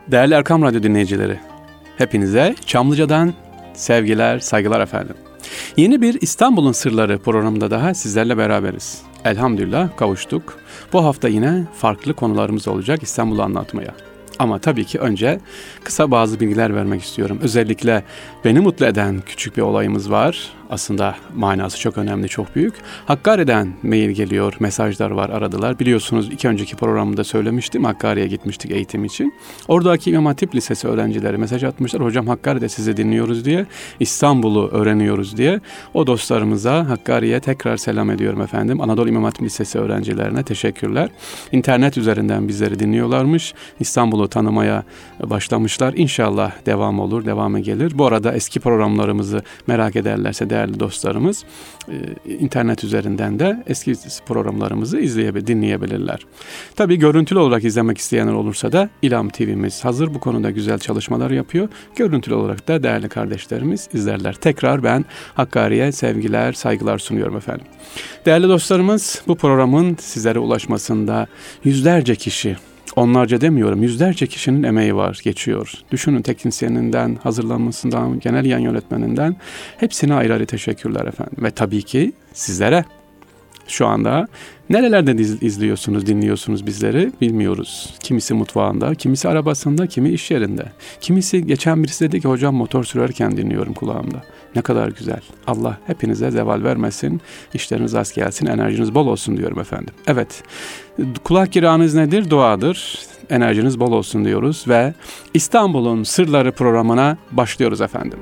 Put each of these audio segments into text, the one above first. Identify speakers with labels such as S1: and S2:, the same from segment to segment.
S1: Değerli Erkam Radyo dinleyicileri, hepinize Çamlıca'dan sevgiler, saygılar efendim. Yeni bir İstanbul'un Sırları programında daha sizlerle beraberiz. Elhamdülillah kavuştuk. Bu hafta yine farklı konularımız olacak İstanbul'u anlatmaya. Ama tabii ki önce kısa bazı bilgiler vermek istiyorum. Özellikle beni mutlu eden küçük bir olayımız var. Aslında manası çok önemli, çok büyük. Hakkari'den mail geliyor, mesajlar var, aradılar. Biliyorsunuz iki önceki programda söylemiştim. Hakkari'ye gitmiştik eğitim için. Oradaki İmam Hatip Lisesi öğrencileri mesaj atmışlar. Hocam Hakkari'de sizi dinliyoruz diye, İstanbul'u öğreniyoruz diye. O dostlarımıza Hakkari'ye tekrar selam ediyorum efendim. Anadolu İmam Hatip Lisesi öğrencilerine teşekkürler. İnternet üzerinden bizleri dinliyorlarmış. İstanbul'u tanımaya başlamışlar. İnşallah devam olur, devamı gelir. Bu arada eski programlarımızı merak ederlerse değerli dostlarımız internet üzerinden de eski programlarımızı dinleyebilirler. Tabii görüntülü olarak izlemek isteyenler olursa da İlham TV'miz hazır. Bu konuda güzel çalışmalar yapıyor. Görüntülü olarak da değerli kardeşlerimiz izlerler. Tekrar ben Hakkari'ye sevgiler, saygılar sunuyorum efendim. Değerli dostlarımız, bu programın sizlere ulaşmasında yüzlerce kişi, onlarca demiyorum, yüzlerce kişinin emeği var, geçiyor. Düşünün, teknisyeninden, hazırlanmasından, genel yayın yönetmeninden hepsine ayrı ayrı teşekkürler efendim. Ve tabii ki sizlere. Şu anda nerelerden izliyorsunuz, dinliyorsunuz bizleri bilmiyoruz. Kimisi mutfağında, kimisi arabasında, kimi iş yerinde. Kimisi, geçen birisi dedi ki hocam motor sürerken dinliyorum kulağımda. Ne kadar güzel. Allah hepinize zeval vermesin, işleriniz rast gelsin, enerjiniz bol olsun diyorum efendim. Evet, kulak kiranız nedir? Duadır. Enerjiniz bol olsun diyoruz ve İstanbul'un Sırları programına başlıyoruz efendim.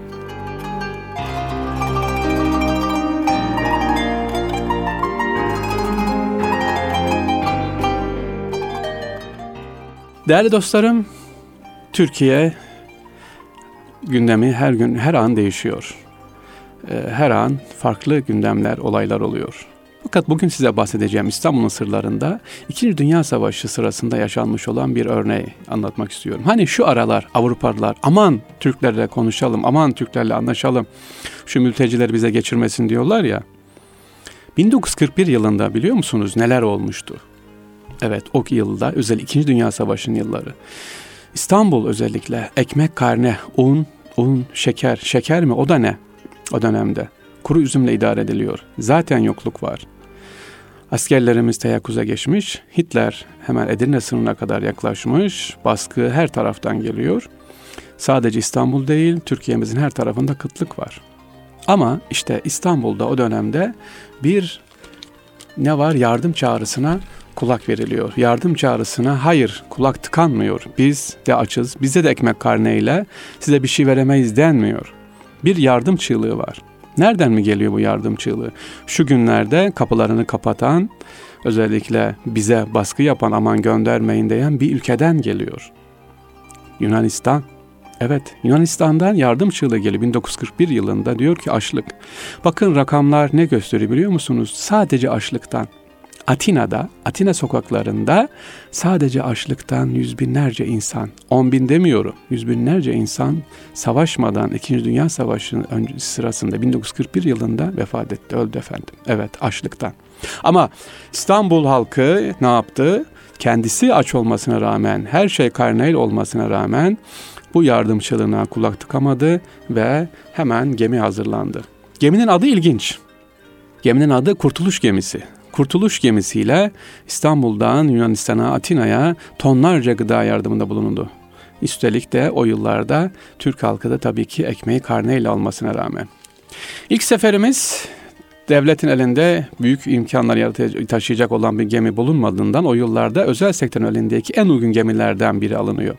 S1: Değerli dostlarım, Türkiye gündemi her gün, her an değişiyor. Her an farklı gündemler, olaylar oluyor. Fakat bugün size bahsedeceğim İstanbul'un Sırlarında 2. Dünya Savaşı sırasında yaşanmış olan bir örneği anlatmak istiyorum. Hani şu aralar Avrupalılar aman Türklerle konuşalım, aman Türklerle anlaşalım, şu mültecileri bize geçirmesin diyorlar ya. 1941 yılında biliyor musunuz neler olmuştu? Evet, o yılda, özel 2. Dünya Savaşı'nın yılları. İstanbul özellikle ekmek, karne, un, şeker mi, o da ne? O dönemde kuru üzümle idare ediliyor. Zaten yokluk var. Askerlerimiz teyakkuza geçmiş. Hitler hemen Edirne sınırına kadar yaklaşmış. Baskı her taraftan geliyor. Sadece İstanbul değil, Türkiye'mizin her tarafında kıtlık var. Ama işte İstanbul'da o dönemde bir ne var? Yardım çağrısına kulak veriliyor. Yardım çağrısına hayır, kulak tıkanmıyor. Biz de açız, bize de ekmek karneyle size bir şey veremeyiz denmiyor. Bir yardım çığlığı var. Nereden mi geliyor bu yardım çığlığı? Şu günlerde kapılarını kapatan, özellikle bize baskı yapan, aman göndermeyin diyen bir ülkeden geliyor. Yunanistan. Evet, Yunanistan'dan yardım çığlığı geliyor. 1941 yılında diyor ki açlık. Bakın rakamlar ne gösteriyor biliyor musunuz? Sadece açlıktan. Atina sokaklarında sadece açlıktan yüz binlerce insan, 10 bin demiyorum, yüz binlerce insan savaşmadan 2. Dünya Savaşı'nın sırasında 1941 yılında vefat etti, öldü efendim. Evet, açlıktan. Ama İstanbul halkı ne yaptı? Kendisi aç olmasına rağmen, her şey karneyle olmasına rağmen bu yardım çığlığına kulak tıkamadı ve hemen gemi hazırlandı. Geminin adı ilginç. Geminin adı Kurtuluş Gemisi. Kurtuluş gemisiyle İstanbul'dan Yunanistan'a, Atina'ya tonlarca gıda yardımında bulundu. Üstelik de o yıllarda Türk halkı da tabii ki ekmeği karneyle almasına rağmen. İlk seferimiz devletin elinde büyük imkanlar taşıyacak olan bir gemi bulunmadığından o yıllarda özel sektörün elindeki en uygun gemilerden biri alınıyor.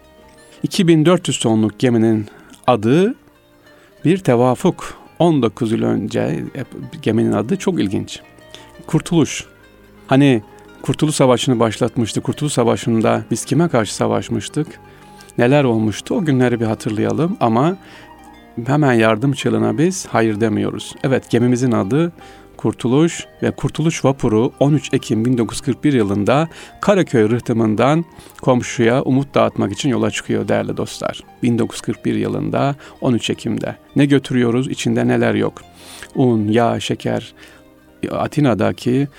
S1: 2400 tonluk geminin adı bir tevafuk. 19 yıl önce geminin adı çok ilginç. Kurtuluş. Hani Kurtuluş Savaşı'nı başlatmıştı. Kurtuluş Savaşı'nda biz kime karşı savaşmıştık? Neler olmuştu? O günleri bir hatırlayalım ama hemen yardım çığlığına biz hayır demiyoruz. Evet, gemimizin adı Kurtuluş ve Kurtuluş Vapuru 13 Ekim 1941 yılında Karaköy rıhtımından komşuya umut dağıtmak için yola çıkıyor değerli dostlar. 1941 yılında 13 Ekim'de. Ne götürüyoruz? İçinde neler yok? Un, yağ, şeker.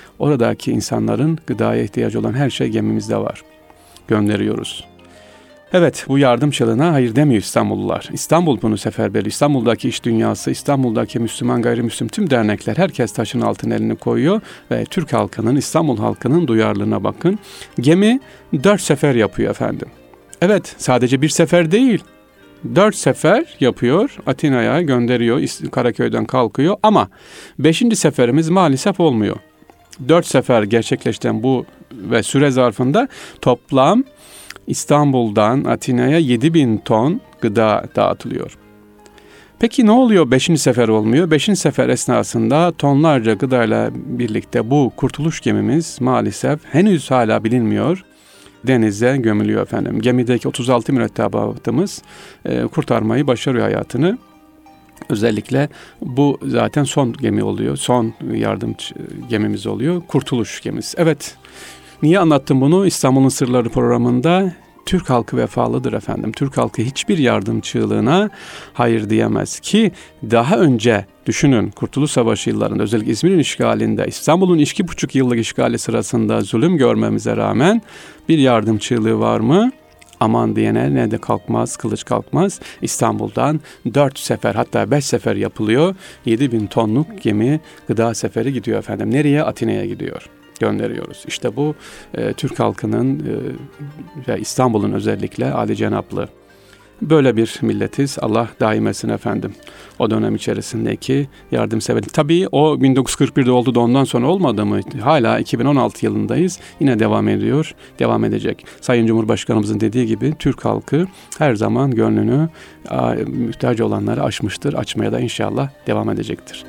S1: Oradaki insanların gıdaya ihtiyacı olan her şey gemimizde var. Gönderiyoruz. Evet, bu yardımcılığına hayır demiyor İstanbullular. İstanbul bunu seferberliği, İstanbul'daki iş dünyası, İstanbul'daki Müslüman gayrimüslim tüm dernekler herkes taşın altına elini koyuyor ve Türk halkının, İstanbul halkının duyarlılığına bakın. Gemi 4 sefer yapıyor efendim. Evet, sadece bir sefer değil. 4 sefer yapıyor, Atina'ya gönderiyor, Karaköy'den kalkıyor ama 5. seferimiz maalesef olmuyor. 4 sefer gerçekleştiren bu ve süre zarfında toplam İstanbul'dan Atina'ya 7.000 ton gıda dağıtılıyor. Peki ne oluyor 5. sefer olmuyor? 5. sefer esnasında tonlarca gıdayla birlikte bu kurtuluş gemimiz maalesef henüz hala bilinmiyor. Denize gömülüyor efendim. Gemideki 36 mürettebatımız kurtarmayı başarıyor hayatını. Özellikle bu zaten son gemi oluyor. Son yardım gemimiz oluyor. Kurtuluş gemisi. Evet. Niye anlattım bunu? İstanbul'un Sırları programında Türk halkı vefalıdır efendim. Türk halkı hiçbir yardım çığlığına hayır diyemez ki daha önce düşünün Kurtuluş Savaşı yıllarında özellikle İzmir'in işgalinde İstanbul'un 2,5 yıllık işgali sırasında zulüm görmemize rağmen bir yardım çığlığı var mı? Aman diyene ne de kalkmaz, kılıç kalkmaz. İstanbul'dan 4 sefer hatta 5 sefer yapılıyor. 7.000 tonluk gemi gıda seferi gidiyor efendim. Nereye? Atina'ya gidiyor. Gönderiyoruz. İşte bu Türk halkının ve İstanbul'un özellikle âlicenaplı. Böyle bir milletiz. Allah daim etsin efendim. O dönem içerisindeki yardımseverlik. Tabii o 1941'de oldu da ondan sonra olmadı mı? Hala 2016 yılındayız. Yine devam ediyor. Devam edecek. Sayın Cumhurbaşkanımızın dediği gibi Türk halkı her zaman gönlünü muhtaç olanları açmıştır. Açmaya da inşallah devam edecektir.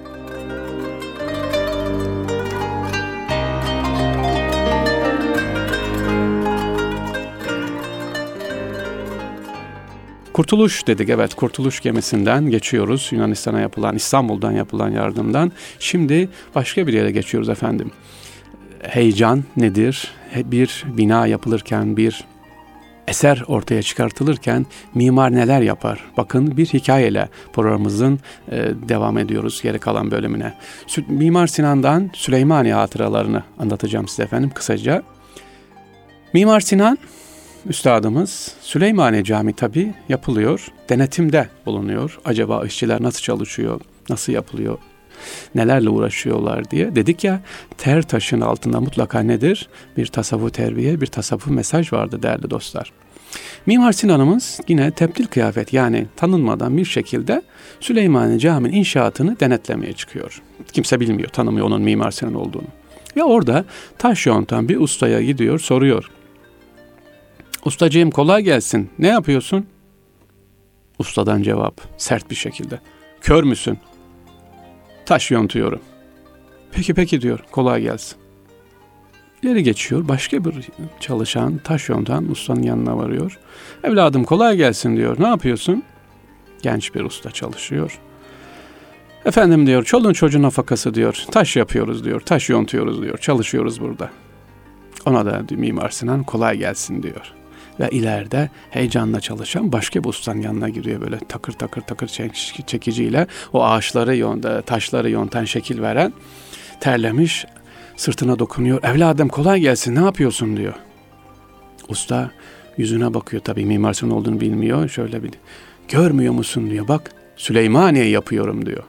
S1: Kurtuluş dedik, evet, Kurtuluş gemisinden geçiyoruz. Yunanistan'a yapılan, İstanbul'dan yapılan yardımdan. Şimdi başka bir yere geçiyoruz efendim. Heyecan nedir? Bir bina yapılırken, bir eser ortaya çıkartılırken mimar neler yapar? Bakın bir hikayeyle programımızın devam ediyoruz geri kalan bölümüne. Mimar Sinan'dan Süleymaniye hatıralarını anlatacağım size efendim kısaca. Mimar Sinan Üstadımız Süleymaniye Camii tabii yapılıyor, denetimde bulunuyor. Acaba işçiler nasıl çalışıyor, nasıl yapılıyor, nelerle uğraşıyorlar diye. Dedik ya, ter taşın altında mutlaka nedir? Bir tasavvuf terbiye, bir tasavvuf mesaj vardı değerli dostlar. Mimar Sinan'ımız yine tebdil kıyafet yani tanınmadan bir şekilde Süleymaniye Camii'nin inşaatını denetlemeye çıkıyor. Kimse bilmiyor, tanımıyor onun Mimar Sinan olduğunu. Ve orada taş yontan bir ustaya gidiyor, soruyor. Ustacığım kolay gelsin. Ne yapıyorsun? Ustadan cevap sert bir şekilde. Kör müsün? Taş yontuyorum. Peki diyor. Kolay gelsin. İleri geçiyor. Başka bir çalışan taş yontan ustanın yanına varıyor. Evladım kolay gelsin diyor. Ne yapıyorsun? Genç bir usta çalışıyor. Efendim diyor, çoluğun çocuğun nafakası diyor. Taş yapıyoruz diyor. Taş yontuyoruz diyor. Çalışıyoruz burada. Ona da Mimar Sinan kolay gelsin diyor. Ve ileride heyecanla çalışan başka bir ustanın yanına giriyor böyle takır takır çekiciyle o ağaçları taşları yontan şekil veren, terlemiş, sırtına dokunuyor. Evladım kolay gelsin, ne yapıyorsun diyor. Usta yüzüne bakıyor, tabii Mimar Sinan olduğunu bilmiyor. Şöyle bir, görmüyor musun diyor, bak Süleymaniye yapıyorum diyor.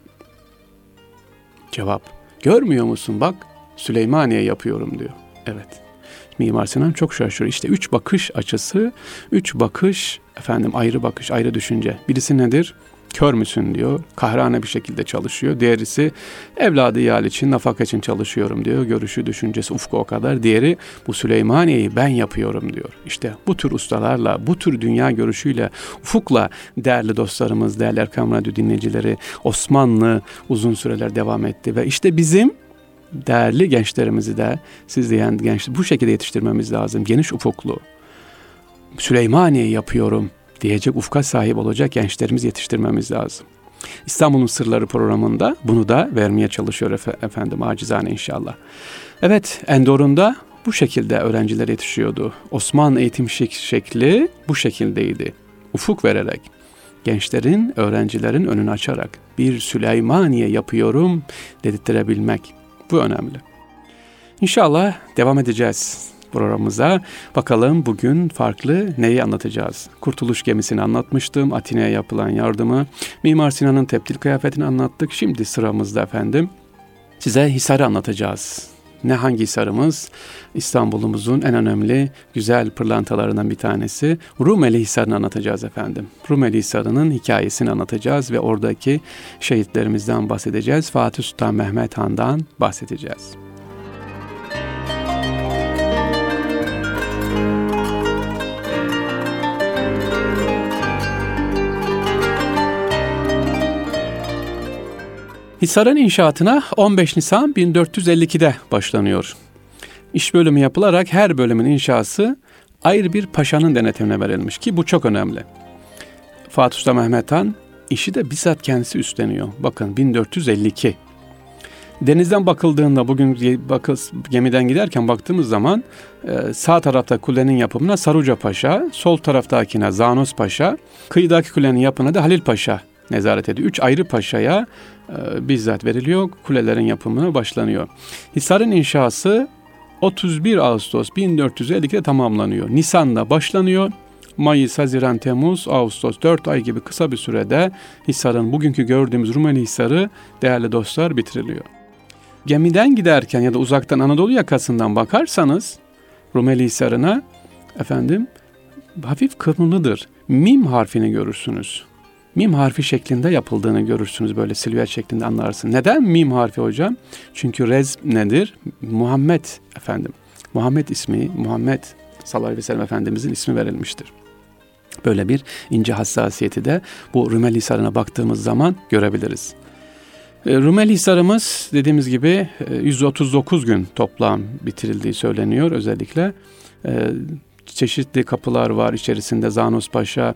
S1: Cevap, görmüyor musun, bak Süleymaniye yapıyorum diyor. Evet. Mimar Sinan çok şaşırıyor. İşte 3 bakış açısı, 3 bakış efendim, ayrı bakış, ayrı düşünce. Birisi nedir? Kör müsün diyor. Kahrane bir şekilde çalışıyor. Diğerisi evladı iyal için, nafaka için çalışıyorum diyor. Görüşü, düşüncesi, ufku o kadar. Diğeri bu Süleymaniye'yi ben yapıyorum diyor. İşte bu tür ustalarla, bu tür dünya görüşüyle, ufukla değerli dostlarımız, değerli Erkam Radyo dinleyicileri, Osmanlı uzun süreler devam etti. Ve işte bizim değerli gençlerimizi de siz diyen gençler bu şekilde yetiştirmemiz lazım. Geniş ufuklu, Süleymaniye yapıyorum diyecek ufka sahip olacak gençlerimizi yetiştirmemiz lazım. İstanbul'un Sırları programında bunu da vermeye çalışıyor efendim acizane inşallah. Evet, Endor'unda bu şekilde öğrenciler yetişiyordu. Osmanlı eğitim şekli bu şekildeydi. Ufuk vererek, gençlerin, öğrencilerin önünü açarak bir Süleymaniye yapıyorum dedirtebilmek. Bu önemli. İnşallah devam edeceğiz. programımıza. Bakalım bugün farklı neyi anlatacağız? Kurtuluş gemisini anlatmıştım, Atina'ya yapılan yardımı, Mimar Sinan'ın tebdil kıyafetini anlattık. Şimdi sıramızda efendim size Hisar'ı anlatacağız. Ne hangi Hisar'ımız? İstanbul'umuzun en önemli güzel pırlantalarından bir tanesi. Rumeli Hisarı'nı anlatacağız efendim. Rumeli Hisarı'nın hikayesini anlatacağız ve oradaki şehitlerimizden bahsedeceğiz. Fatih Sultan Mehmet Han'dan bahsedeceğiz. Hisar'ın inşaatına 15 Nisan 1452'de başlanıyor. İş bölümü yapılarak her bölümün inşası ayrı bir paşanın denetimine verilmiş ki bu çok önemli. Fatih Sultan Mehmet Han işi de bizzat kendisi üstleniyor. Bakın 1452. Denizden bakıldığında bugün gemiden giderken baktığımız zaman sağ tarafta kulenin yapımına Saruca Paşa, sol taraftakine Zanos Paşa, kıyıdaki kulenin yapımına da Halil Paşa nezaret ediyor. 3 ayrı paşaya bizzat veriliyor. Kulelerin yapımına başlanıyor. Hisar'ın inşası 31 Ağustos 1452'de tamamlanıyor. Nisan'da başlanıyor. Mayıs, Haziran, Temmuz, Ağustos 4 ay gibi kısa bir sürede Hisar'ın bugünkü gördüğümüz Rumeli Hisarı değerli dostlar bitiriliyor. Gemiden giderken ya da uzaktan Anadolu yakasından bakarsanız Rumeli Hisarı'na efendim hafif kırmızıdır. Mim harfini görürsünüz. Mim harfi şeklinde yapıldığını görürsünüz, böyle silüet şeklinde anlarsın. Neden mim harfi hocam? Çünkü rez nedir? Muhammed efendim. Muhammed ismi, Muhammed sallallahu aleyhi ve sellem Efendimizin ismi verilmiştir. Böyle bir ince hassasiyeti de bu Rumeli Hisarı'na baktığımız zaman görebiliriz. Rumeli Hisarı'mız dediğimiz gibi 139 gün toplam bitirildiği söyleniyor özellikle. Çeşitli kapılar var içerisinde. Zanos Paşa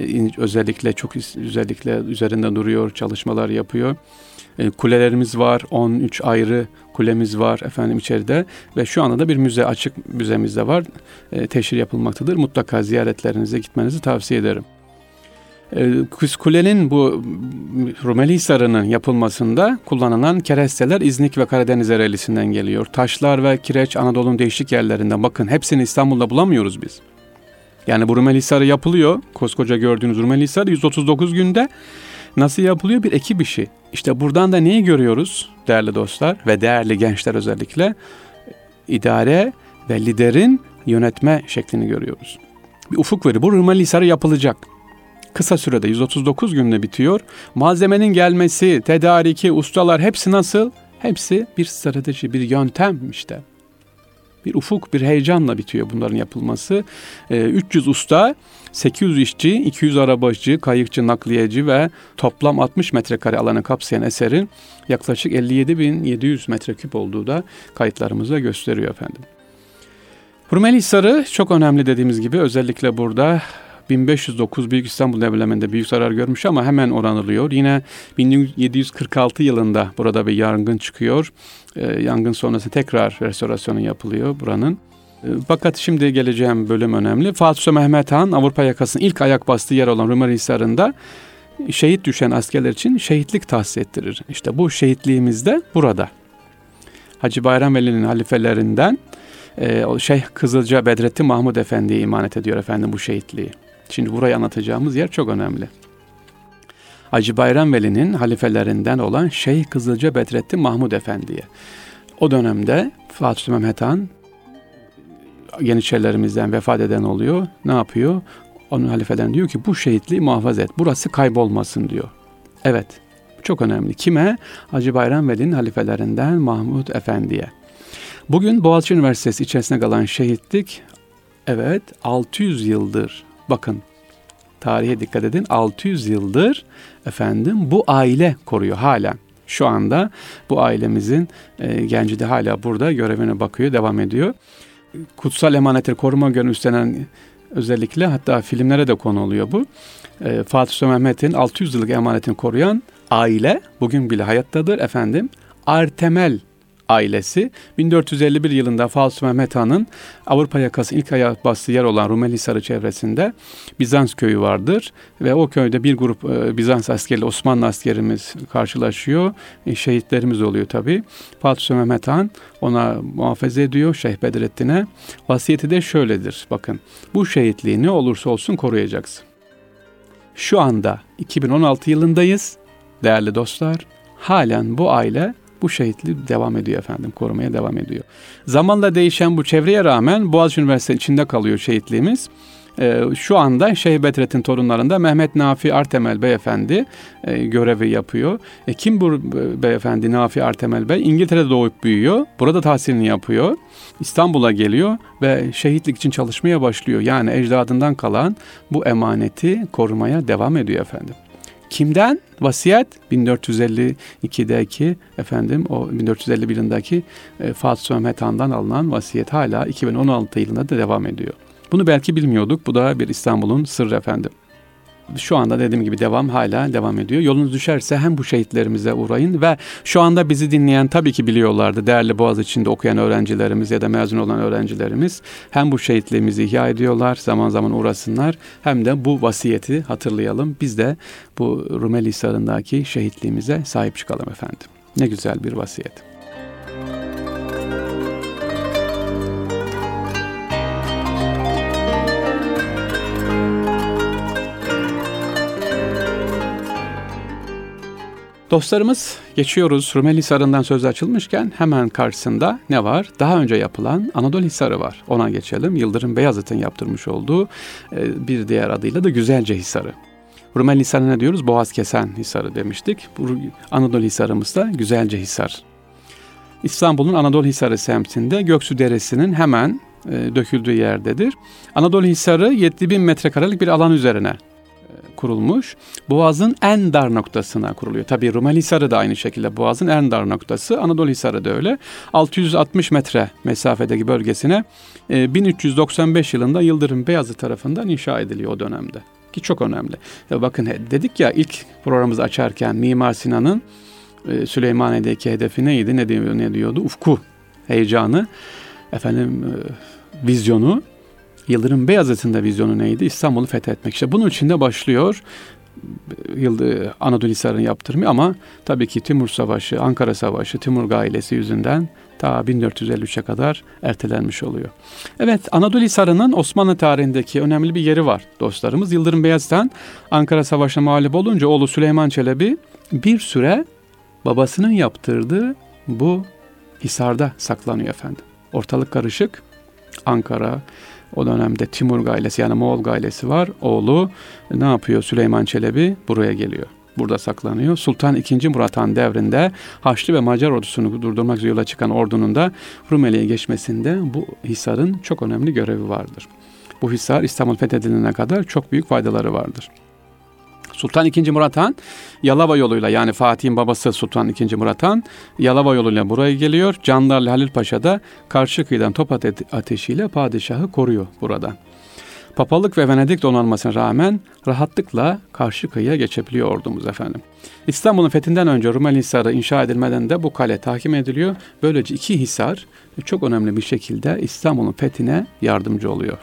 S1: özellikle üzerinde duruyor, çalışmalar yapıyor. Kulelerimiz var, 13 ayrı kulemiz var efendim içeride ve şu anda da bir müze, açık müzemiz de var. Teşhir yapılmaktadır. Mutlaka ziyaretlerinize gitmenizi tavsiye ederim. Kulenin bu Rumeli Hisarı'nın yapılmasında kullanılan keresteler İznik ve Karadeniz ereğlisinden geliyor. Taşlar ve kireç Anadolu'nun değişik yerlerinden. Bakın hepsini İstanbul'da bulamıyoruz biz. Yani bu Rumeli Hisarı yapılıyor. Koskoca gördüğünüz Rumeli Hisarı 139 günde nasıl yapılıyor? Bir ekip işi. İşte buradan da neyi görüyoruz değerli dostlar ve değerli gençler özellikle? İdare ve liderin yönetme şeklini görüyoruz. Bir ufuk veri. Bu Rumeli Hisarı yapılacak. Kısa sürede 139 günde bitiyor. Malzemenin gelmesi, tedariki, ustalar hepsi nasıl? Hepsi bir strateji, bir yöntem işte. Bir ufuk, bir heyecanla bitiyor bunların yapılması. 300 usta, 800 işçi, 200 arabacı, kayıkçı, nakliyeci ve toplam 60 metrekare alanı kapsayan eserin yaklaşık 57.700 metreküp olduğu da kayıtlarımızda gösteriyor efendim. Rumeli Hisarı çok önemli dediğimiz gibi özellikle burada 1509 Büyük İstanbul Devlemi'nde büyük zarar görmüş ama hemen oranılıyor. Yine 1746 yılında burada bir yangın çıkıyor. Yangın sonrası tekrar restorasyonu yapılıyor buranın. Fakat şimdi geleceğim bölüm önemli. Fatih Sultan Mehmet Han Avrupa yakasının ilk ayak bastığı yer olan Rumeli Hisarı'nda şehit düşen askerler için şehitlik tahsis ettirir. İşte bu şehitliğimiz de burada. Hacı Bayram Veli'nin halifelerinden Şeyh Kızılca Bedrettin Mahmud Efendi'ye emanet ediyor efendim bu şehitliği. Şimdi burayı anlatacağımız yer çok önemli. Hacı Bayram Veli'nin halifelerinden olan Şeyh Kızılca Bedrettin Mahmud Efendi'ye. O dönemde Fatih Sultan Mehmet Han Yeniçerilerimizden vefat eden oluyor. Ne yapıyor? Onun halifelerinden diyor ki bu şehitliği muhafaza et. Burası kaybolmasın diyor. Evet. Çok önemli. Kime? Hacı Bayram Veli'nin halifelerinden Mahmud Efendi'ye. Bugün Boğaziçi Üniversitesi içerisinde kalan şehitlik, evet 600 yıldır, bakın tarihe dikkat edin, 600 yıldır efendim bu aile koruyor hala. Şu anda bu ailemizin genci de hala burada görevine bakıyor, devam ediyor. Kutsal emanetleri koruma görevini üstlenen özellikle hatta filmlere de konu oluyor bu. Fatih Sultan Mehmet'in 600 yıllık emanetini koruyan aile bugün bile hayattadır efendim. Artemel ailesi 1451 yılında Falsu Mehmet Han'ın Avrupa yakası ilk ayak bastığı yer olan Rumelihisarı çevresinde Bizans köyü vardır ve o köyde bir grup Bizans askeri, Osmanlı askerimiz karşılaşıyor. Şehitlerimiz oluyor tabii. Falsu Mehmet Han ona muhafaza ediyor Şeyh Bedrettin'e. Vasiyeti de şöyledir. Bakın, bu şehitliği ne olursa olsun koruyacaksın. Şu anda 2016 yılındayız değerli dostlar. Halen bu aile bu şehitliği devam ediyor efendim, korumaya devam ediyor. Zamanla değişen bu çevreye rağmen Boğaziçi Üniversitesi içinde kalıyor şehitliğimiz. Şu anda Şeyh Bedrettin torunlarında Mehmet Nafi Artemel Beyefendi görevi yapıyor. Kim bu beyefendi Nafi Artemel Bey? İngiltere'de doğup büyüyor. Burada tahsilini yapıyor. İstanbul'a geliyor ve şehitlik için çalışmaya başlıyor. Yani ecdadından kalan bu emaneti korumaya devam ediyor efendim. Kimden? Vasiyet 1452'deki o 1451 yılındaki Fatih Mehmet Han'dan alınan vasiyet hala 2016 yılında da devam ediyor. Bunu belki bilmiyorduk. Bu da bir İstanbul'un sırrı efendim. Şu anda dediğim gibi hala devam ediyor. Yolunuz düşerse hem bu şehitlerimize uğrayın ve şu anda bizi dinleyen tabii ki biliyorlardı. Değerli Boğaziçi'nde okuyan öğrencilerimiz ya da mezun olan öğrencilerimiz hem bu şehitliğimizi ihya ediyorlar, zaman zaman uğrasınlar, hem de bu vasiyeti hatırlayalım. Biz de bu Rumelihisar'ındaki şehitliğimize sahip çıkalım efendim. Ne güzel bir vasiyet. Dostlarımız, geçiyoruz. Rumelihisar'ından söz açılmışken hemen karşısında ne var? Daha önce yapılan Anadolu Hisarı var. Ona geçelim. Yıldırım Beyazıt'ın yaptırmış olduğu bir diğer adıyla da Güzelce Hisarı. Rumelihisar'a ne diyoruz? Boğaz kesen Hisarı demiştik. Bu Anadolu Hisar'ımız da Güzelce Hisar. İstanbul'un Anadolu Hisarı semtinde Göksu Deresi'nin hemen döküldüğü yerdedir. Anadolu Hisarı 7000 metrekarelik bir alan üzerine kurulmuş. Boğaz'ın en dar noktasına kuruluyor. Tabii Rumelihisarı da aynı şekilde Boğaz'ın en dar noktası. Anadolu Hisarı da öyle. 660 metre mesafedeki bölgesine 1395 yılında Yıldırım Beyazıt tarafından inşa ediliyor o dönemde. Ki çok önemli. Ya bakın, dedik ya ilk programımızı açarken Mimar Sinan'ın Süleymaniye'deki hedefi neydi? Ne diyordu? Ufku, heyecanı, vizyonu. Yıldırım Beyazıt'ın da vizyonu neydi? İstanbul'u fethetmek. İşte bunun için de başlıyor Anadolu Hisarı'nı yaptırmıyor ama tabii ki Timur Savaşı, Ankara Savaşı, Timur ailesi yüzünden ta 1453'e kadar ertelenmiş oluyor. Evet, Anadolu Hisarı'nın Osmanlı tarihindeki önemli bir yeri var dostlarımız. Yıldırım Beyazıt'tan Ankara Savaşı'na mağlup olunca oğlu Süleyman Çelebi bir süre babasının yaptırdığı bu hisarda saklanıyor efendim. Ortalık karışık. Ankara, o dönemde Timur ailesi, yani Moğol ailesi var. Oğlu ne yapıyor? Süleyman Çelebi buraya geliyor. Burada saklanıyor. Sultan II. Murat Han devrinde Haçlı ve Macar ordusunu durdurmak üzere yola çıkan ordunun da Rumeli'ye geçmesinde bu hisarın çok önemli görevi vardır. Bu hisar İstanbul fethedilene kadar çok büyük faydaları vardır. Sultan II. Murat Han Yalova yoluyla, yani Fatih'in babası Sultan II. Murat Han Yalova yoluyla buraya geliyor. Candarlı Halil Paşa da karşı kıyıdan top ateşiyle padişahı koruyor buradan. Papalık ve Venedik donanmasına rağmen rahatlıkla karşı kıyıya geçebiliyor ordumuz efendim. İstanbul'un fethinden önce Rumeli Hisarı inşa edilmeden de bu kale tahkim ediliyor. Böylece iki hisar çok önemli bir şekilde İstanbul'un fethine yardımcı oluyor.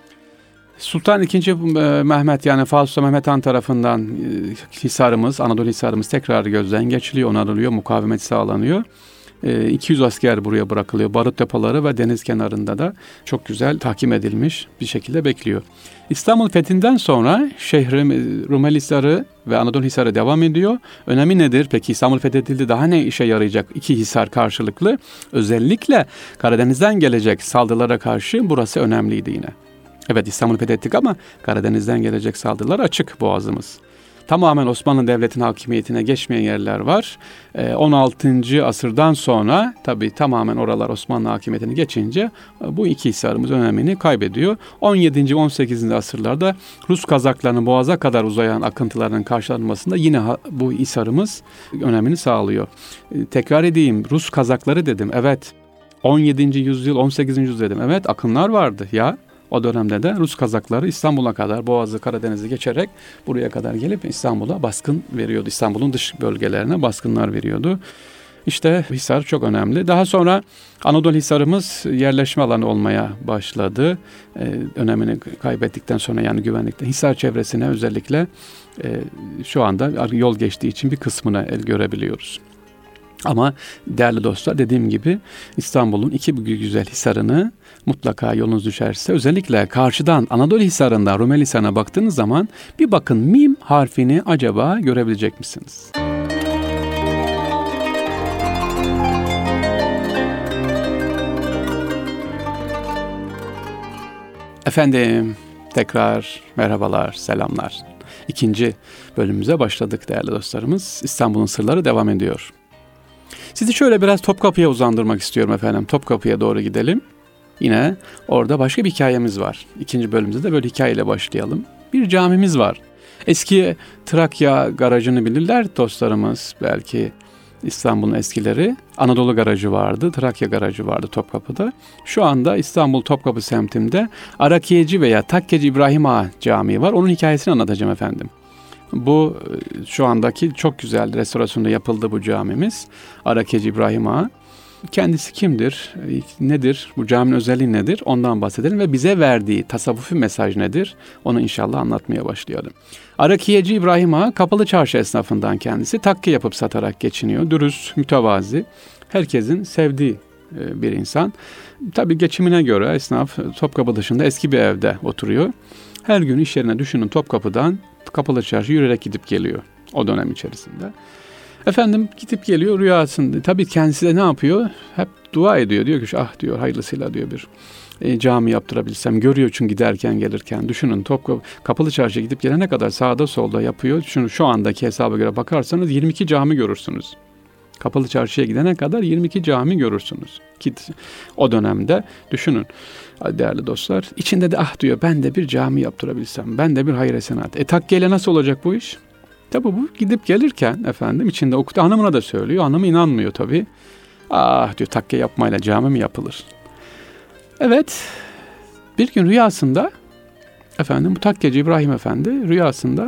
S1: Sultan II. Mehmet, yani Fatih Mehmet Han tarafından hisarımız, Anadolu Hisarımız tekrar gözden geçiliyor, onarılıyor, mukavemet sağlanıyor. 200 asker buraya bırakılıyor. Barut depoları ve deniz kenarında da çok güzel tahkim edilmiş bir şekilde bekliyor. İstanbul fethinden sonra Rumeli Hisarı ve Anadolu Hisarı devam ediyor. Önemi nedir? Peki İstanbul fethedildi, daha ne işe yarayacak? İki hisar karşılıklı. Özellikle Karadeniz'den gelecek saldırılara karşı burası önemliydi yine. Evet, İstanbul'u fethettik ama Karadeniz'den gelecek saldırılar açık boğazımız. Tamamen Osmanlı Devleti'nin hakimiyetine geçmeyen yerler var. 16. asırdan sonra tabii tamamen oralar Osmanlı hakimiyetine geçince bu iki hisarımız önemini kaybediyor. 17. 18. asırlarda Rus Kazaklarının boğaza kadar uzayan akıntılarının karşılanmasında yine bu hisarımız önemini sağlıyor. Tekrar edeyim, Rus Kazakları dedim. Evet, 17. yüzyıl, 18. yüzyıl dedim. Evet, akınlar vardı ya. O dönemde de Rus Kazakları İstanbul'a kadar, Boğaz'ı, Karadeniz'i geçerek buraya kadar gelip İstanbul'a baskın veriyordu. İstanbul'un dış bölgelerine baskınlar veriyordu. İşte Hisar çok önemli. Daha sonra Anadolu Hisarımız yerleşme alanı olmaya başladı. Önemini kaybettikten sonra, yani güvenlikten. Hisar çevresine özellikle şu anda yol geçtiği için bir kısmına el görebiliyoruz. Ama değerli dostlar, dediğim gibi İstanbul'un iki güzel Hisarını mutlaka yolunuz düşerse, özellikle karşıdan Anadolu Hisarı'ndan Rumeli Hisarı'na baktığınız zaman bir bakın, mim harfini acaba görebilecek misiniz? Efendim, tekrar merhabalar, selamlar. İkinci bölümümüze başladık değerli dostlarımız. İstanbul'un sırları devam ediyor. Sizi şöyle biraz Topkapı'ya uzandırmak istiyorum efendim. Topkapı'ya doğru gidelim. Yine orada başka bir hikayemiz var. İkinci bölümümüzde de böyle hikayeyle başlayalım. Bir camimiz var. Eski Trakya garajını bilirler dostlarımız belki. İstanbul'un eskileri. Anadolu garajı vardı, Trakya garajı vardı Topkapı'da. Şu anda İstanbul Topkapı semtinde Arakiyeci veya Takkeci İbrahim Ağa Camii var. Onun hikayesini anlatacağım efendim. Bu şu andaki çok güzel restorasyonda yapıldı bu camimiz. Arakiyeci İbrahim Ağa. Kendisi kimdir? Nedir? Bu caminin özelliği nedir? Ondan bahsedelim ve bize verdiği tasavvufi mesaj nedir? Onu inşallah anlatmaya başlayalım. Arakiyeci İbrahim Ağa Kapalı Çarşı esnafından kendisi. Takke yapıp satarak geçiniyor. Dürüst, mütevazi, herkesin sevdiği bir insan. Tabii geçimine göre esnaf Topkapı dışında eski bir evde oturuyor. Her gün iş yerine düşünün Topkapı'dan Kapalı Çarşı yürüyerek gidip geliyor o dönem içerisinde. Efendim gidip geliyor rüyasında. Tabii kendisi de ne yapıyor? Hep dua ediyor. Diyor ki ah diyor, hayırlısıyla diyor bir cami yaptırabilsem. Görüyor çünkü giderken gelirken. Düşünün Kapalı Çarşı'ya gidip gelene kadar sağda solda yapıyor. Şu andaki hesaba göre bakarsanız 22 cami görürsünüz. Kapalı Çarşı'ya gidene kadar 22 cami görürsünüz. O dönemde düşünün değerli dostlar. İçinde de ah diyor, ben de bir cami yaptırabilsem. Ben de bir hayır hasenat. Takkeyle nasıl olacak bu iş? Tabi bu gidip gelirken efendim içinde okudu. Hanımına da söylüyor. Hanımı inanmıyor tabi. Ah diyor, takke yapmayla cami mi yapılır? Evet. Bir gün rüyasında efendim bu takkeci İbrahim Efendi rüyasında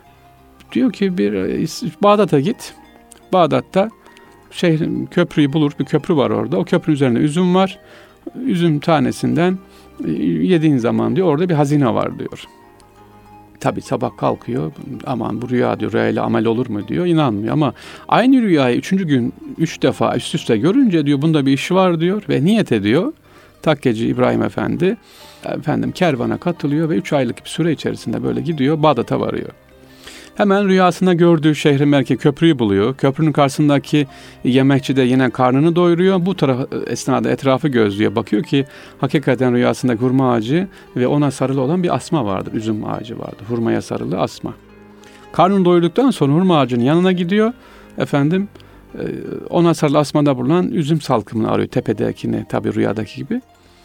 S1: diyor ki bir Bağdat'a git. Bağdat'ta şehrin köprüyü bulur. Bir köprü var orada. O köprünün üzerinde üzüm var. Üzüm tanesinden yediğin zaman diyor orada bir hazine var diyor. Tabii sabah kalkıyor, aman bu rüya diyor, rüyayla amel olur mu diyor, inanmıyor ama aynı rüyayı 3. gün 3 defa üst üste görünce diyor bunda bir iş var diyor ve niyet ediyor. Takkeci İbrahim Efendi efendim kervana katılıyor ve 3 aylık bir süre içerisinde böyle gidiyor, Bağdat'a varıyor. Hemen rüyasında gördüğü şehrin merkezi köprüyü buluyor. Köprünün karşısındaki yemekçi de yine karnını doyuruyor. Bu esnada etrafı gözlüyor. Bakıyor ki hakikaten rüyasında hurma ağacı ve ona sarılı olan bir asma vardır. Üzüm ağacı vardır. Hurmaya sarılı asma. Karnını doyurduktan sonra hurma ağacının yanına gidiyor. Efendim ona sarılı asmada bulunan üzüm salkımını arıyor. Tepedekini, tabii rüyadaki gibi.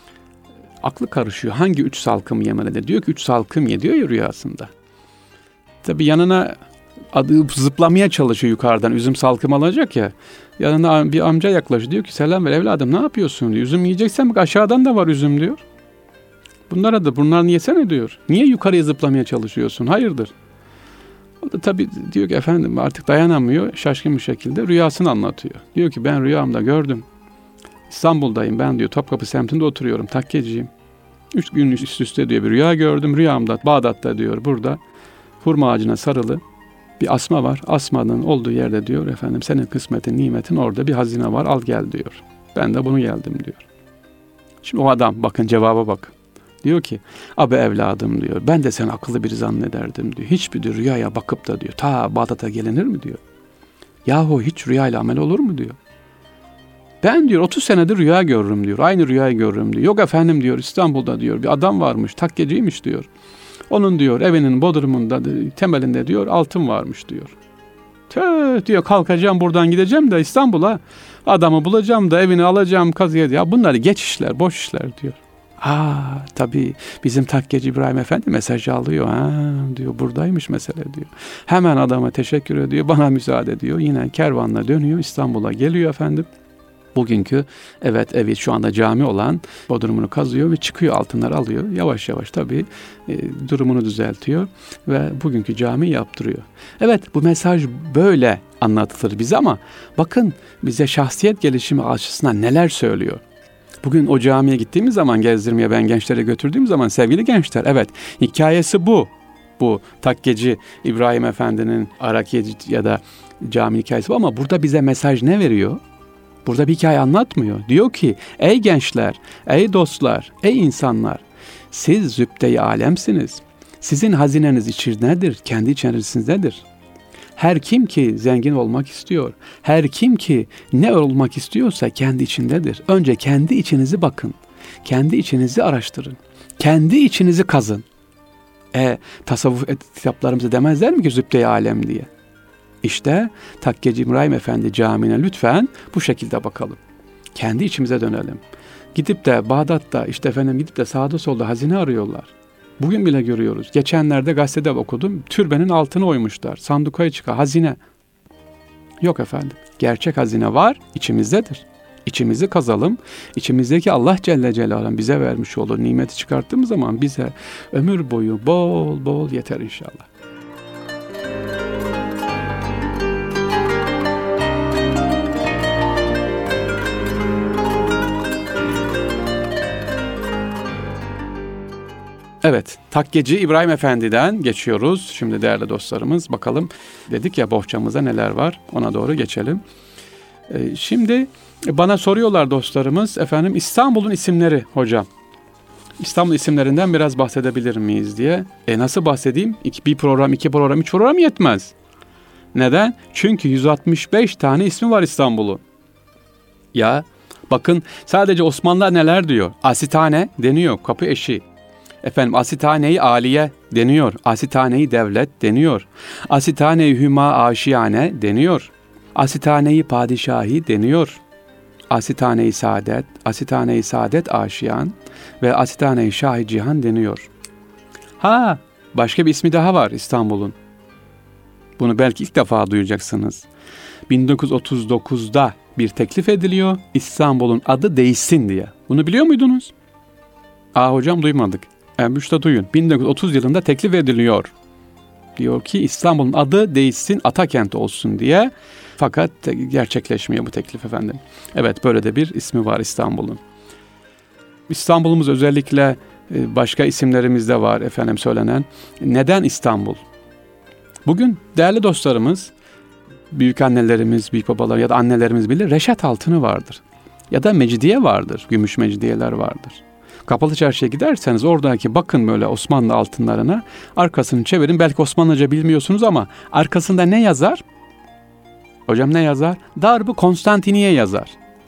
S1: Aklı karışıyor. Hangi 3 salkım yemeli? Diyor ki 3 salkım ye diyor ya rüyasında. Tabii yanına zıplamaya çalışıyor yukarıdan. Üzüm salkım alacak ya. Yanına bir amca yaklaşıyor. Diyor ki selam ver evladım, ne yapıyorsun diyor. Üzüm yiyeceksen bak aşağıdan da var üzüm diyor. Bunlar yesene diyor. Niye yukarıya zıplamaya çalışıyorsun? Hayırdır? O da tabii diyor ki efendim artık dayanamıyor. Şaşkın bir şekilde rüyasını anlatıyor. Diyor ki ben rüyamda gördüm. İstanbul'dayım ben diyor. Topkapı semtinde oturuyorum. Takkeciyim. 3 gün üst üste diyor bir rüya gördüm. Rüyamda Bağdat'ta diyor burada. Hurma ağacına sarılı bir asma var. Asmanın olduğu yerde diyor efendim senin kısmetin, nimetin orada bir hazine var, al gel diyor. Ben de bunu geldim diyor. Şimdi o adam bakın cevaba bakın. Diyor ki abi evladım diyor, ben de sen akıllı biri zannederdim diyor. Hiçbir diyor, rüyaya bakıp da diyor ta Bağdat'a gelinir mi diyor. Yahu hiç rüyayla amel olur mu diyor. Ben diyor 30 senedir rüya görürüm diyor. Aynı rüyayı görürüm diyor. Yok efendim diyor İstanbul'da diyor bir adam varmış, takkeciymiş diyor. Onun diyor evinin bodrumunda temelinde diyor altın varmış diyor. Tüh diyor, kalkacağım buradan gideceğim de İstanbul'a, adamı bulacağım da evini alacağım kazıya. Ya bunları geç işler, boş işler diyor. Tabii bizim takkeci İbrahim Efendi mesajı alıyor. Diyor buradaymış mesele diyor. Hemen adama teşekkür ediyor, bana müsaade diyor. Yine kervanla dönüyor, İstanbul'a geliyor efendim. Bugünkü evi şu anda cami olan bodrumunu kazıyor ve çıkıyor, altınları alıyor. Yavaş yavaş tabii durumunu düzeltiyor ve bugünkü cami yaptırıyor. Evet, bu mesaj böyle anlatılır bize ama bakın bize şahsiyet gelişimi açısından neler söylüyor. Bugün o camiye gittiğimiz zaman, gezdirmeye ben gençlere götürdüğüm zaman sevgili gençler, evet hikayesi bu. Bu takkeci İbrahim Efendi'nin Arakiye ya da cami hikayesi bu ama burada bize mesaj ne veriyor? Burada bir hikaye anlatmıyor. Diyor ki ey gençler, ey dostlar, ey insanlar, siz zübde-i alemsiniz. Sizin hazineniz içindedir, kendi içerisindedir. Her kim ki zengin olmak istiyor, her kim ki ne olmak istiyorsa kendi içindedir. Önce kendi içinizi bakın, kendi içinizi araştırın, kendi içinizi kazın. Tasavvuf kitaplarımızda demezler mi ki zübde-i alem diye? İşte Takkeci İbrahim Efendi Camii'ne lütfen bu şekilde bakalım. Kendi içimize dönelim. Gidip de Bağdat'ta gidip de sağda solda hazine arıyorlar. Bugün bile görüyoruz. Geçenlerde gazetede okudum. Türbenin altını oymuşlar. Sandukaya çıkan hazine. Yok efendim. Gerçek hazine var, içimizdedir. İçimizi kazalım. İçimizdeki Allah Celle Celaluhu'nun bize vermiş olduğu nimeti çıkarttığımız zaman bize ömür boyu bol bol yeter inşallah. Evet, takkeci İbrahim Efendi'den geçiyoruz. Şimdi değerli dostlarımız bakalım, dedik ya bohçamızda neler var, ona doğru geçelim. Şimdi bana soruyorlar dostlarımız, efendim İstanbul'un isimleri hocam. İstanbul isimlerinden biraz bahsedebilir miyiz diye. Nasıl bahsedeyim? Bir program, 2 program, 3 program yetmez. Neden? Çünkü 165 tane ismi var İstanbul'un. Ya bakın sadece Osmanlılar neler diyor? Asitane deniyor, kapı eşi. Efendim Asitane-i Aliye deniyor. Asitane-i Devlet deniyor. Asitane-i Hüma Aşiyane deniyor. Asitane-i Padişahi deniyor. Asitane-i Saadet, Asitane-i Saadet Aşiyan ve Asitane-i Şah-ı Cihan deniyor. Başka bir ismi daha var İstanbul'un. Bunu belki ilk defa duyacaksınız. 1939'da bir teklif ediliyor. İstanbul'un adı değişsin diye. Bunu biliyor muydunuz? Hocam duymadık. Müşte duyun. 1930 yılında teklif ediliyor. Diyor ki İstanbul'un adı değişsin, Atakent olsun diye. Fakat gerçekleşmiyor bu teklif efendim. Evet, böyle de bir ismi var İstanbul'un. İstanbul'umuz özellikle başka isimlerimiz de var efendim söylenen. Neden İstanbul? Bugün değerli dostlarımız, büyük annelerimiz, büyük babalar ya da annelerimiz bilir, reşat altını vardır. Ya da mecidiye vardır, gümüş mecidiyeler vardır. Kapalı Çarşı'ya giderseniz oradaki bakın böyle Osmanlı altınlarına, arkasını çevirin. Belki Osmanlıca bilmiyorsunuz ama arkasında ne yazar? Hocam ne yazar? Darb-ı Konstantiniye yazar.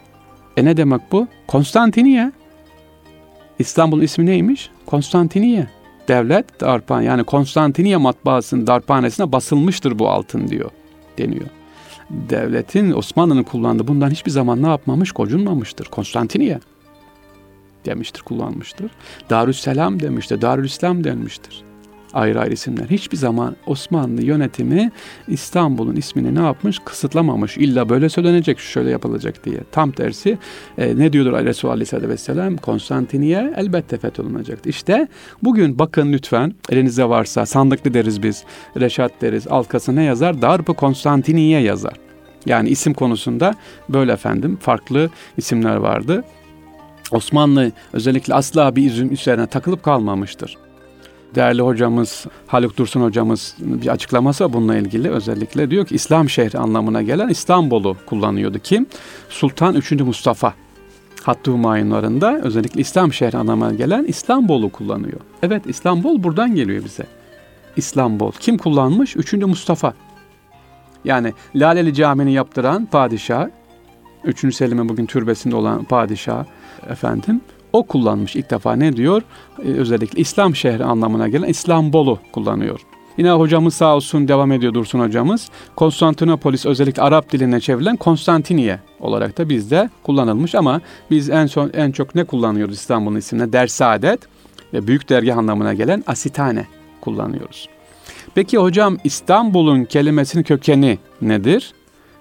S1: Ne demek bu? Konstantiniye. İstanbul'un ismi neymiş? Konstantiniye. Devlet darpan, yani Konstantiniye matbaasının darphanesine basılmıştır bu altın diyor, deniyor. Devletin, Osmanlı'nın kullandığı bundan hiçbir zaman ne yapmamış? Gocunmamıştır. Konstantiniye demiştir, kullanmıştır. Darüsselam demiştir, Darülislam denmiştir. Ayrı ayrı isimler. Hiçbir zaman Osmanlı yönetimi İstanbul'un ismini ne yapmış? Kısıtlamamış. İlla böyle söylenecek, şöyle yapılacak diye. Tam tersi ne diyordur Resulullah Aleyhisselatü Vesselam? Konstantiniye elbette fetholunacaktır. İşte bugün bakın lütfen, elinizde varsa sandıklı deriz biz, reşat deriz, arkası ne yazar? Darb-ı Konstantiniye yazar. Yani isim konusunda böyle efendim farklı isimler vardı. Osmanlı özellikle asla bir isim üzerine takılıp kalmamıştır. Değerli hocamız Haluk Dursun hocamız bir açıklaması bununla ilgili, özellikle diyor ki İslam şehri anlamına gelen İstanbul'u kullanıyordu. Kim? Sultan 3. Mustafa. Hattı Humayunlarında özellikle İslam şehri anlamına gelen İstanbul'u kullanıyor. Evet, İstanbul buradan geliyor bize. İstanbul. Kim kullanmış? 3. Mustafa. Yani Laleli Camii'ni yaptıran padişah, 3. Selim'in bugün türbesinde olan padişah efendim, o kullanmış ilk defa. Ne diyor? Özellikle İslam şehri anlamına gelen İstanbul'u kullanıyor. Yine hocamız sağ olsun devam ediyor, Dursun hocamız. Konstantinopolis, özellikle Arap diline çevrilen Konstantiniye olarak da bizde kullanılmış ama biz en çok ne kullanıyoruz İstanbul'un ismine? Dersaadet ve büyük dergah anlamına gelen Asitane kullanıyoruz. Peki hocam İstanbul'un kelimesinin kökeni nedir?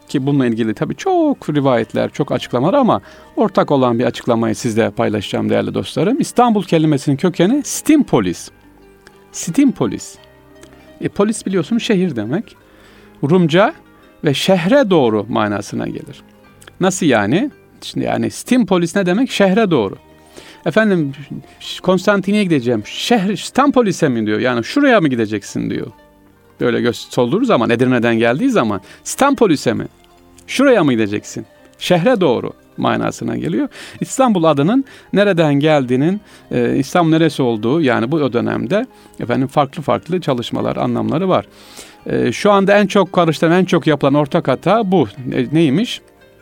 S1: Ki bununla ilgili tabii çok rivayetler, çok açıklamalar ama ortak olan bir açıklamayı sizle paylaşacağım değerli dostlarım. İstanbul kelimesinin kökeni Stimpolis. Stimpolis. Polis biliyorsunuz şehir demek. Rumca ve şehre doğru manasına gelir. Nasıl yani? Şimdi yani Stimpolis ne demek? Şehre doğru. Efendim Konstantin'e gideceğim. Şehir Stampolis'e mi diyor? Yani şuraya mı gideceksin diyor. Böyle sorduğu zaman Edirne'den geldiği zaman Stampolis'e mi? Şuraya mı gideceksin? Şehre doğru manasına geliyor. İstanbul adının nereden geldiğinin, İstanbul neresi olduğu yani bu dönemde efendim farklı çalışmalar, anlamları var. Şu anda en çok karıştıran, en çok yapılan ortak hata bu. Neymiş?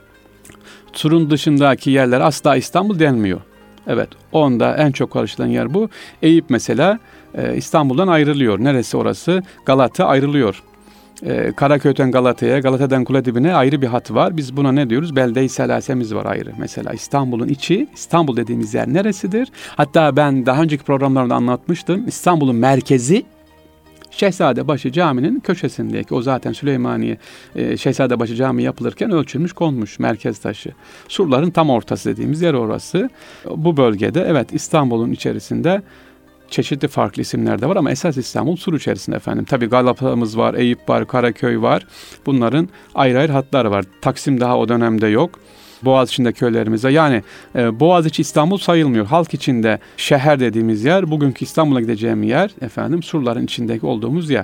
S1: Turun dışındaki yerler asla İstanbul denmiyor. Evet, onda en çok karışılan yer bu. Eyüp mesela İstanbul'dan ayrılıyor. Neresi orası? Galata ayrılıyor. Karaköy'den Galata'ya, Galata'dan Kuledibine ayrı bir hat var. Biz buna ne diyoruz? Belde-i Selasemiz var ayrı. Mesela İstanbul'un içi, İstanbul dediğimiz yer neresidir? Hatta ben daha önceki programlarımda anlatmıştım. İstanbul'un merkezi Şehzadebaşı Camii'nin köşesindeki, o zaten Süleymaniye Şehzadebaşı Camii yapılırken ölçülmüş, konmuş merkez taşı. Surların tam ortası dediğimiz yer orası. Bu bölgede evet İstanbul'un içerisinde çeşitli farklı isimler de var ama esas İstanbul sur içerisinde efendim. Tabii Galata'mız var, Eyüp var, Karaköy var. Bunların ayrı ayrı hatları var. Taksim daha o dönemde yok. Boğaziçi'nde köylerimize yani Boğaziçi İstanbul sayılmıyor. Halk içinde şehir dediğimiz yer, bugünkü İstanbul'a gideceğim yer efendim surların içindeki olduğumuz yer.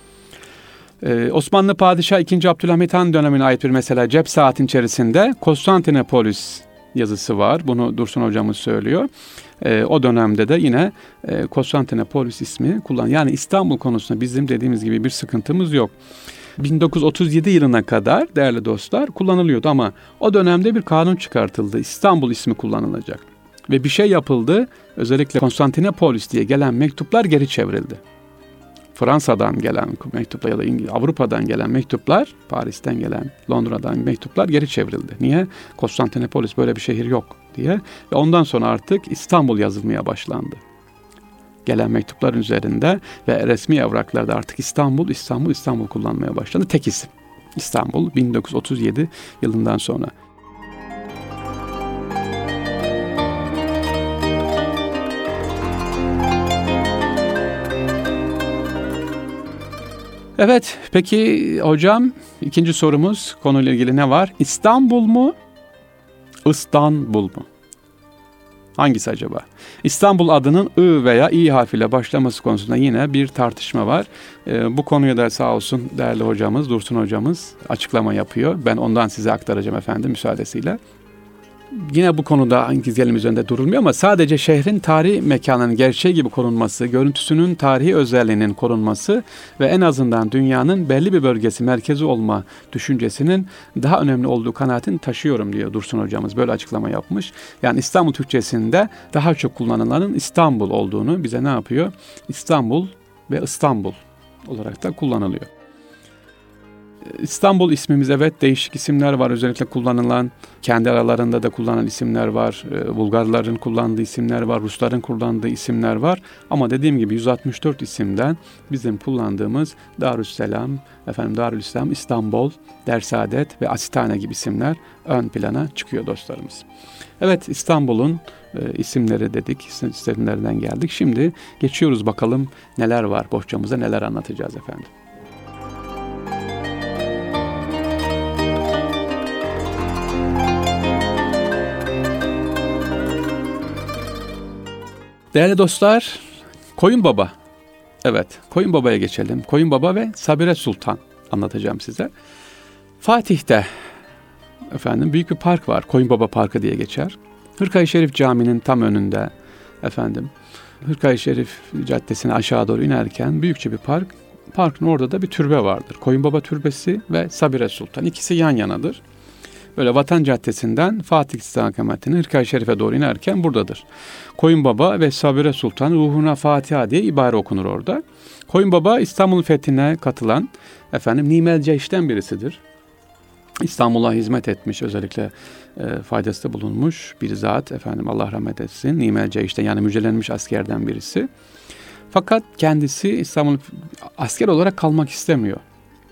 S1: Osmanlı Padişah 2. Abdülhamit Han dönemine ait bir mesela cep saatin içerisinde Konstantinopolis yazısı var. Bunu Dursun hocamız söylüyor. O dönemde de yine Konstantinopolis ismi kullanılıyor. Yani İstanbul konusunda bizim dediğimiz gibi bir sıkıntımız yok. 1937 yılına kadar değerli dostlar kullanılıyordu ama o dönemde bir kanun çıkartıldı. İstanbul ismi kullanılacak. Ve bir şey yapıldı. Özellikle Konstantinopolis diye gelen mektuplar geri çevrildi. Fransa'dan gelen mektuplar ya da Avrupa'dan gelen mektuplar, Paris'ten gelen, Londra'dan mektuplar geri çevrildi. Niye? Konstantinopolis böyle bir şehir yok diye. Ve ondan sonra artık İstanbul yazılmaya başlandı. Gelen mektupların üzerinde ve resmi evraklarda artık İstanbul kullanmaya başlandı. Tek isim. İstanbul 1937 yılından sonra. Evet, peki hocam ikinci sorumuz konuyla ilgili ne var? İstanbul mu? İstanbul mu? Hangisi acaba? İstanbul adının I veya İ harfiyle başlaması konusunda yine bir tartışma var. Bu konuya da sağ olsun değerli hocamız, Dursun hocamız açıklama yapıyor. Ben ondan size aktaracağım efendim müsaadesiyle. Yine bu konuda gizlenim üzerinde durulmuyor ama sadece şehrin tarihi mekanının gerçeği gibi korunması, görüntüsünün tarihi özelliğinin korunması ve en azından dünyanın belli bir bölgesi merkezi olma düşüncesinin daha önemli olduğu kanaatini taşıyorum diyor Dursun hocamız. Böyle açıklama yapmış. Yani İstanbul Türkçesinde daha çok kullanılanın İstanbul olduğunu bize ne yapıyor? İstanbul ve İstanbul olarak da kullanılıyor. İstanbul ismimiz evet değişik isimler var. Özellikle kullanılan, kendi aralarında da kullanılan isimler var. Bulgarların kullandığı isimler var. Rusların kullandığı isimler var. Ama dediğim gibi 164 isimden bizim kullandığımız Darüsselam, Darülislam, İstanbul, Dersaadet ve Asitane gibi isimler ön plana çıkıyor dostlarımız. Evet İstanbul'un isimleri dedik, isimlerinden geldik. Şimdi geçiyoruz bakalım neler var bohçamıza, neler anlatacağız efendim. Değerli dostlar, Koyunbaba. Evet, Koyunbaba'ya geçelim. Koyunbaba ve Sabire Sultan anlatacağım size. Fatih'te efendim büyük bir park var. Koyunbaba Parkı diye geçer. Hırkaya Şerif Camii'nin tam önünde efendim Hırkaya Şerif Caddesi'ne aşağı doğru inerken büyükçe bir park. Parkın orada da bir türbe vardır. Koyunbaba Türbesi ve Sabire Sultan. İkisi yan yanadır. Böyle Vatan Caddesi'nden Fatih istikametine Hırkaya Şerif'e doğru inerken buradadır. Koyunbaba ve Sabire Sultan ruhuna Fatiha diye ibare okunur orada. Koyunbaba İstanbul fethine katılan Nimel Ceyş'ten birisidir. İstanbul'a hizmet etmiş, özellikle faydası da bulunmuş bir zat Allah rahmet etsin. Nimel Ceyş'ten yani müjdelenmiş askerden birisi. Fakat kendisi İstanbul asker olarak kalmak istemiyor.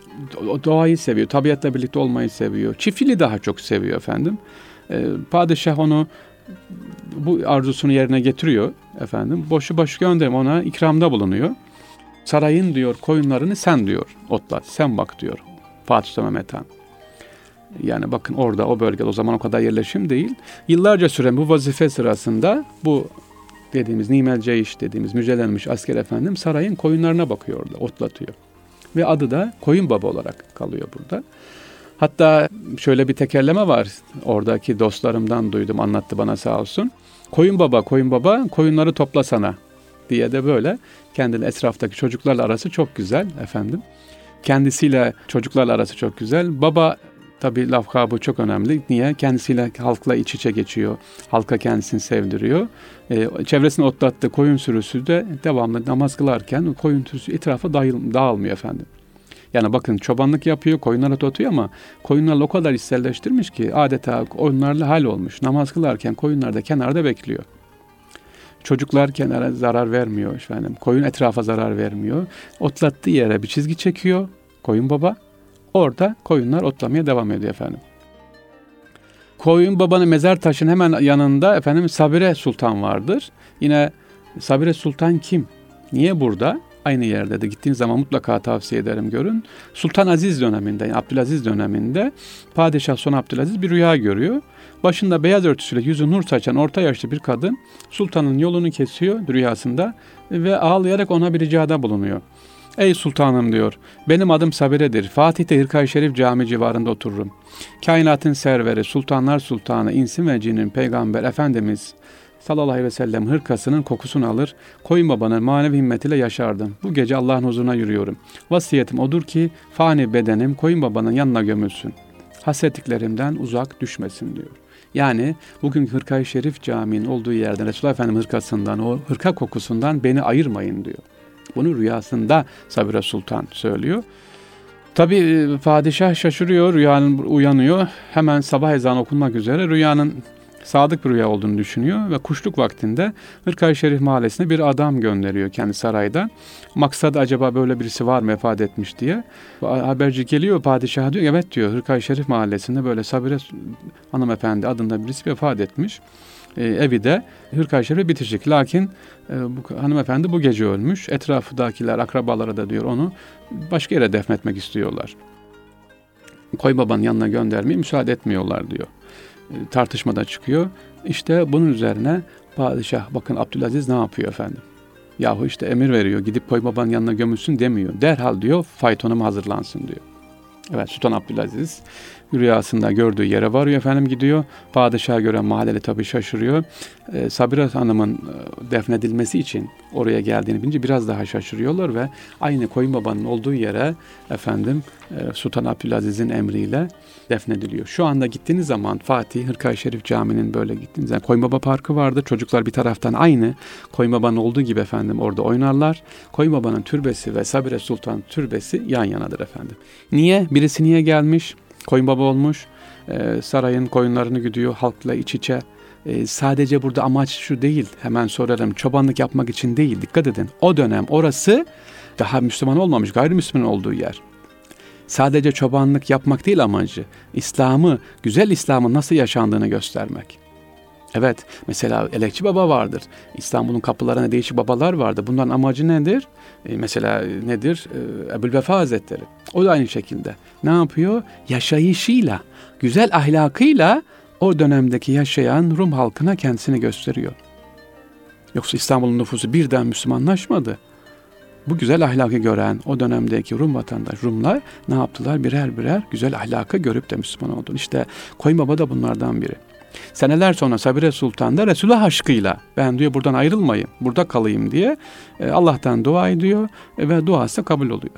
S1: doğayı seviyor, tabiatla birlikte olmayı seviyor. Çiftçiliği daha çok seviyor efendim. Padişah onu bu arzusunu yerine getiriyor efendim. Boşu boş gönderme, ona ikramda bulunuyor. Sarayın diyor koyunlarını sen diyor otlat, sen bak diyor Fatih Sultan Mehmet Han. Yani bakın orada o bölgede o zaman o kadar yerleşim değil. Yıllarca süren bu vazife sırasında bu dediğimiz Nimel Ceyş dediğimiz müjdelenmiş asker efendim sarayın koyunlarına bakıyor orada, otlatıyor. Ve adı da Koyun Baba olarak kalıyor burada. Hatta şöyle bir tekerleme var. Oradaki dostlarımdan duydum, anlattı bana sağ olsun. Koyun baba, koyun baba, koyunları toplasana diye de böyle kendinin etraftaki çocuklarla arası çok güzel efendim. Kendisiyle çocuklarla arası çok güzel. Baba tabii lakabı çok önemli. Niye? Kendisiyle halkla iç içe geçiyor. Halka kendisini sevdiriyor. Çevresine otlattığı koyun sürüsü de devamlı namaz kılarken koyun sürüsü etrafa dağılmıyor efendim. Yani bakın çobanlık yapıyor, koyunlarla tutuyor ama koyunlarla o kadar içselleştirmiş ki adeta onlarla hal olmuş. Namaz kılarken koyunlar da kenarda bekliyor. Çocuklar kenara zarar vermiyor efendim. Koyun etrafa zarar vermiyor. Otlattığı yere bir çizgi çekiyor koyun baba. Orada koyunlar otlamaya devam ediyor efendim. Koyun babanın mezar taşının hemen yanında efendim Sabire Sultan vardır. Yine Sabire Sultan kim? Niye burada? Aynı yerde de gittiğiniz zaman mutlaka tavsiye ederim görün. Sultan Aziz döneminde, yani Abdülaziz döneminde Padişah Son Abdülaziz bir rüya görüyor. Başında beyaz örtüsüyle yüzü nur saçan orta yaşlı bir kadın sultanın yolunu kesiyor rüyasında ve ağlayarak ona bir ricada bulunuyor. Ey sultanım diyor, benim adım Sabire'dir. Fatih'te Hırkay Şerif Cami civarında otururum. Kainatın serveri, sultanlar sultanı, insin ve cinin peygamber Efendimiz sallallahu aleyhi ve sellem hırkasının kokusunu alır, koyun babanın manevi himmetiyle yaşardım. Bu gece Allah'ın huzuruna yürüyorum. Vasiyetim odur ki fani bedenim koyun babanın yanına gömülsün. Hasretliklerimden uzak düşmesin diyor. Yani bugün Hırkay Şerif Camii'nin olduğu yerden Resulullah Efendimiz hırkasından, o hırka kokusundan beni ayırmayın diyor. Bunu rüyasında Sabire Sultan söylüyor. Tabii padişah şaşırıyor, rüyanın uyanıyor. Hemen sabah ezanı okunmak üzere rüyanın sadık bir rüya olduğunu düşünüyor ve kuşluk vaktinde Hırkay Şerif Mahallesi'ne bir adam gönderiyor kendi sarayda. Maksat acaba böyle birisi var mı vefat etmiş diye. Haberci geliyor, padişah diyor evet diyor, Hırkay Şerif Mahallesi'nde böyle Sabire hanımefendi adında birisi vefat etmiş. Evi de Hırkay Şerif'e bitecek. Lakin bu hanımefendi bu gece ölmüş. Etrafındakiler, akrabaları da diyor onu başka yere defnetmek istiyorlar. Koy babanın yanına göndermeye müsaade etmiyorlar diyor. Tartışmada çıkıyor. İşte bunun üzerine padişah bakın Abdülaziz ne yapıyor efendim? Yahu işte emir veriyor. Gidip koy babanın yanına gömülsün demiyor. Derhal diyor faytonum hazırlansın diyor. Evet, Sultan Abdülaziz rüyasında gördüğü yere varıyor efendim, gidiyor. Padişah'a gören mahalleli tabii şaşırıyor. Sabire Hanım'ın defnedilmesi için oraya geldiğini bilince biraz daha şaşırıyorlar ve aynı koyun babanın olduğu yere efendim Sultan Abdülaziz'in emriyle defnediliyor. Şu anda gittiğiniz zaman Fatih Hırkay Şerif Camii'nin böyle gittiğiniz zaman Koyun Baba Parkı vardır. Çocuklar bir taraftan aynı Koyun Baba'nın olduğu gibi efendim orada oynarlar. Koyun Baba'nın türbesi ve Sabire Sultan türbesi yan yanadır efendim. Niye? Birisi niye gelmiş? Koyun Baba olmuş. Sarayın koyunlarını güdüyor halkla iç içe. Sadece burada amaç şu değil, hemen sorarım, çobanlık yapmak için değil, dikkat edin. O dönem orası daha Müslüman olmamış, gayrimüslim olduğu yer. Sadece çobanlık yapmak değil amacı, İslam'ı, güzel İslam'ın nasıl yaşandığını göstermek. Evet, mesela Elekçi Baba vardır. İstanbul'un kapılarına değişik babalar vardı. Bunların amacı nedir? Mesela nedir? Ebu'l-Vefa Hazretleri. O da aynı şekilde. Ne yapıyor? Yaşayışıyla, güzel ahlakıyla o dönemdeki yaşayan Rum halkına kendisini gösteriyor. Yoksa İstanbul'un nüfusu birden Müslümanlaşmadı. Bu güzel ahlakı gören o dönemdeki Rum vatandaş, Rumlar ne yaptılar? Birer birer güzel ahlakı görüp de Müslüman oldu. İşte Koyun Baba da bunlardan biri. Seneler sonra Sabire Sultan da Resulullah aşkıyla ben diyor buradan ayrılmayayım, burada kalayım diye Allah'tan dua ediyor ve duası kabul oluyor.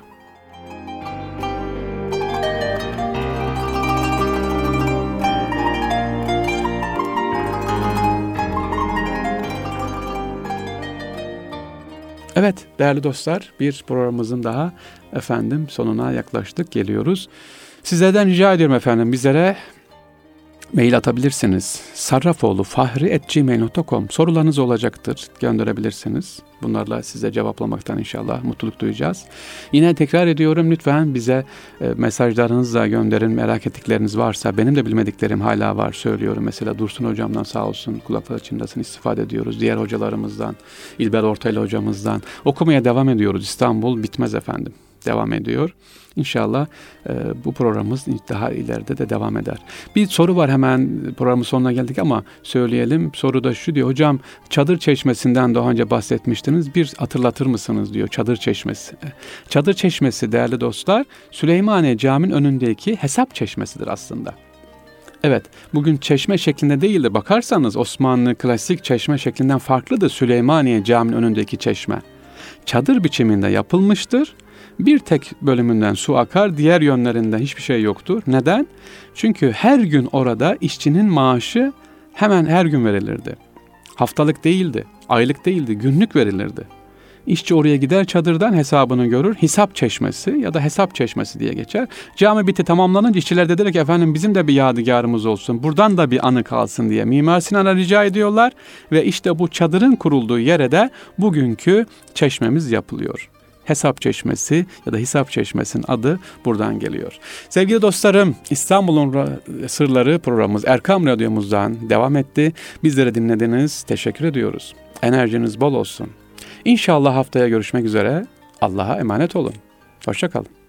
S1: Evet değerli dostlar, bir programımızın daha efendim sonuna yaklaştık, geliyoruz. Sizlerden rica ediyorum efendim bizlere mail atabilirsiniz. sarrafoğlufahri@gmail.com. Sorularınız olacaktır, gönderebilirsiniz. Bunlarla size cevaplamaktan inşallah mutluluk duyacağız. Yine tekrar ediyorum, lütfen bize mesajlarınızla gönderin. Merak ettikleriniz varsa, benim de bilmediklerim hala var, söylüyorum. Mesela Dursun hocamdan sağ olsun, kulaklar çınlasın, istifade ediyoruz. Diğer hocalarımızdan, İlber Ortaylı hocamızdan okumaya devam ediyoruz. İstanbul bitmez efendim. Devam ediyor. İnşallah bu programımız daha ileride de devam eder. Bir soru var, hemen programın sonuna geldik ama söyleyelim. Soru da şu diyor: hocam, Çadır Çeşmesi'nden daha önce bahsetmiştiniz. Bir hatırlatır mısınız diyor, Çadır Çeşmesi. Çadır Çeşmesi değerli dostlar, Süleymaniye Camii'nin önündeki hesap çeşmesidir aslında. Evet, bugün çeşme şeklinde değil de bakarsanız Osmanlı klasik çeşme şeklinden farklıdır Süleymaniye Camii'nin önündeki çeşme. Çadır biçiminde yapılmıştır. Bir tek bölümünden su akar, diğer yönlerinden hiçbir şey yoktur. Neden? Çünkü her gün orada işçinin maaşı hemen her gün verilirdi. Haftalık değildi, aylık değildi, günlük verilirdi. İşçi oraya gider, çadırdan hesabını görür. Hisap çeşmesi ya da hesap çeşmesi diye geçer. Cami bitti, tamamlanınca işçiler dediler ki efendim bizim de bir yadigarımız olsun, buradan da bir anı kalsın diye Mimar Sinan'a rica ediyorlar. Ve işte bu çadırın kurulduğu yere de bugünkü çeşmemiz yapılıyor. Hesap Çeşmesi ya da Hisap Çeşmesi'nin adı buradan geliyor. Sevgili dostlarım, İstanbul'un Sırları programımız Erkam Radyomuzdan devam etti. Bizleri dinlediniz, teşekkür ediyoruz. Enerjiniz bol olsun. İnşallah haftaya görüşmek üzere. Allah'a emanet olun. Hoşça kalın.